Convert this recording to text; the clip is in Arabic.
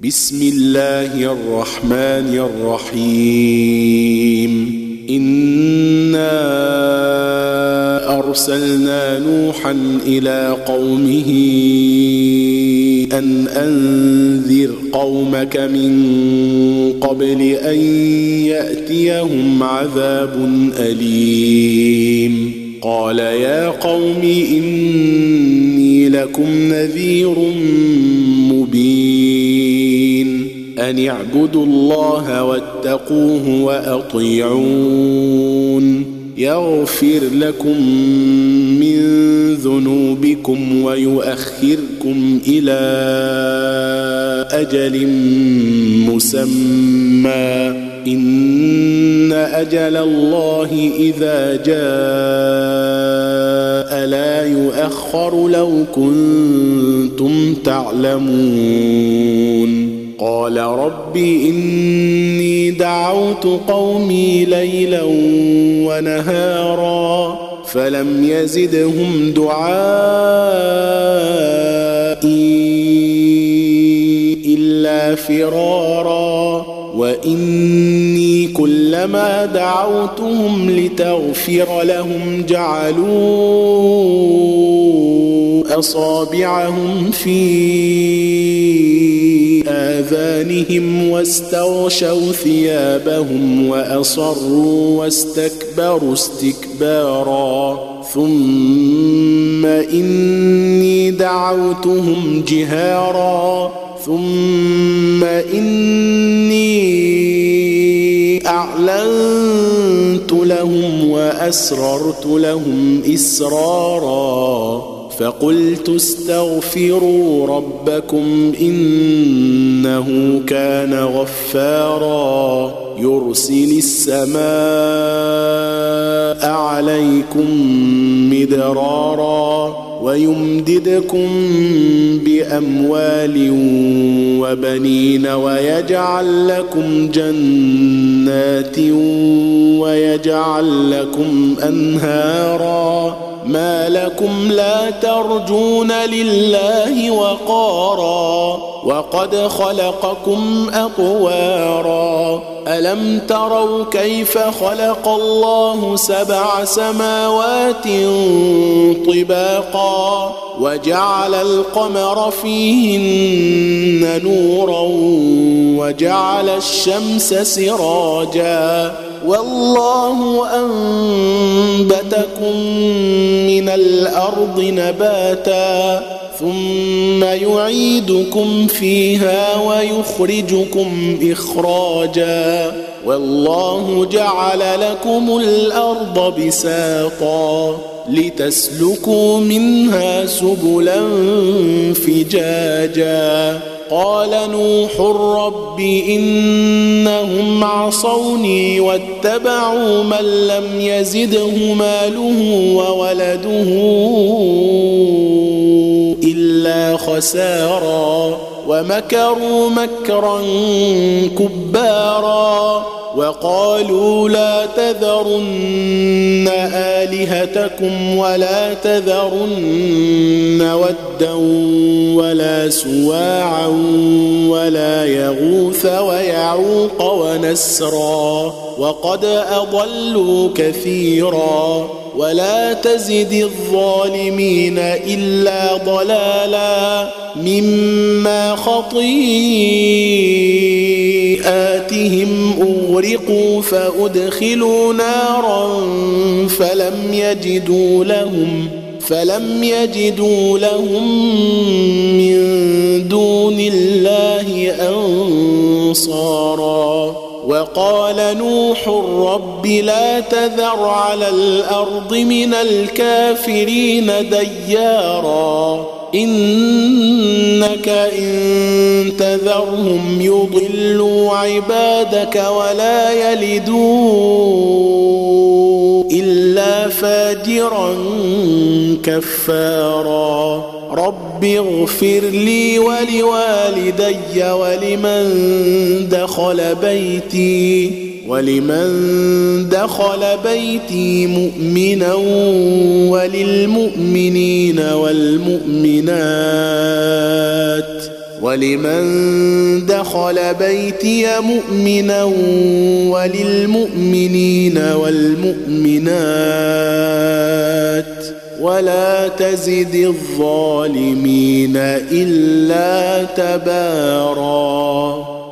بسم الله الرحمن الرحيم إنا أرسلنا نوحا إلى قومه أن أنذر قومك من قبل أن يأتيهم عذاب أليم قال يا قوم إني لكم نذير مبين أن اعبدوا الله واتقوه وأطيعون يغفر لكم من ذنوبكم ويؤخركم إلى أجل مسمى إن أجل الله إذا جاء لا يؤخر لو كنتم تعلمون قال رب إني دعوت قومي ليلا ونهارا فلم يزدهم دعائي إلا فرارا وإني كلما دعوتهم لتغفر لهم جعلوا أصابعهم في آذانهم واستغشوا ثيابهم وأصروا واستكبروا استكبارا ثم إني دعوتهم جهارا ثم إني أعلنت لهم وأسررت لهم إسرارا فقلت استغفروا ربكم إنه كان غفارا يرسل السماء عليكم مدرارا ويمددكم بأموال وبنين ويجعل لكم جنات ويجعل لكم أنهارا ما لكم لا ترجون لله وقارا وقد خلقكم أطوارا ألم تروا كيف خلق الله 7 سماوات طباقا وجعل القمر فيهن نورا وجعل الشمس سراجا والله أنبتكم من الأرض نباتا ثم يعيدكم فيها ويخرجكم إخراجا والله جعل لكم الأرض بساطا لتسلكوا منها سبلا فجاجا قال نوح رب إنهم عصوني واتبعوا من لم يزده ماله وولده إلا خسارا ومكروا مكرا كبارا وقالوا لا تذرن آلهتكم ولا تذرن ودا ولا سواعا ولا يغوث ويعوق ونسرا وقد أضلوا كثيرا ولا تزد الظالمين إلا ضلالا مما خطيئاتهم أغرقوا فأدخلوا نارا فلم يجدوا لهم من دون الله أنصارا وقال نوح رب لا تذر على الأرض من الكافرين ديارا إنك إن تذرهم يضلوا عبادك ولا يلدوا إلا فاجرا كفارا رب اغفر لي ولوالدي ولمن دخل بيتي مؤمنا وللمؤمنين والمؤمنات ولمن دخل بيتي مؤمنا وللمؤمنين والمؤمنات ولا تزد الظالمين إلا تباراً.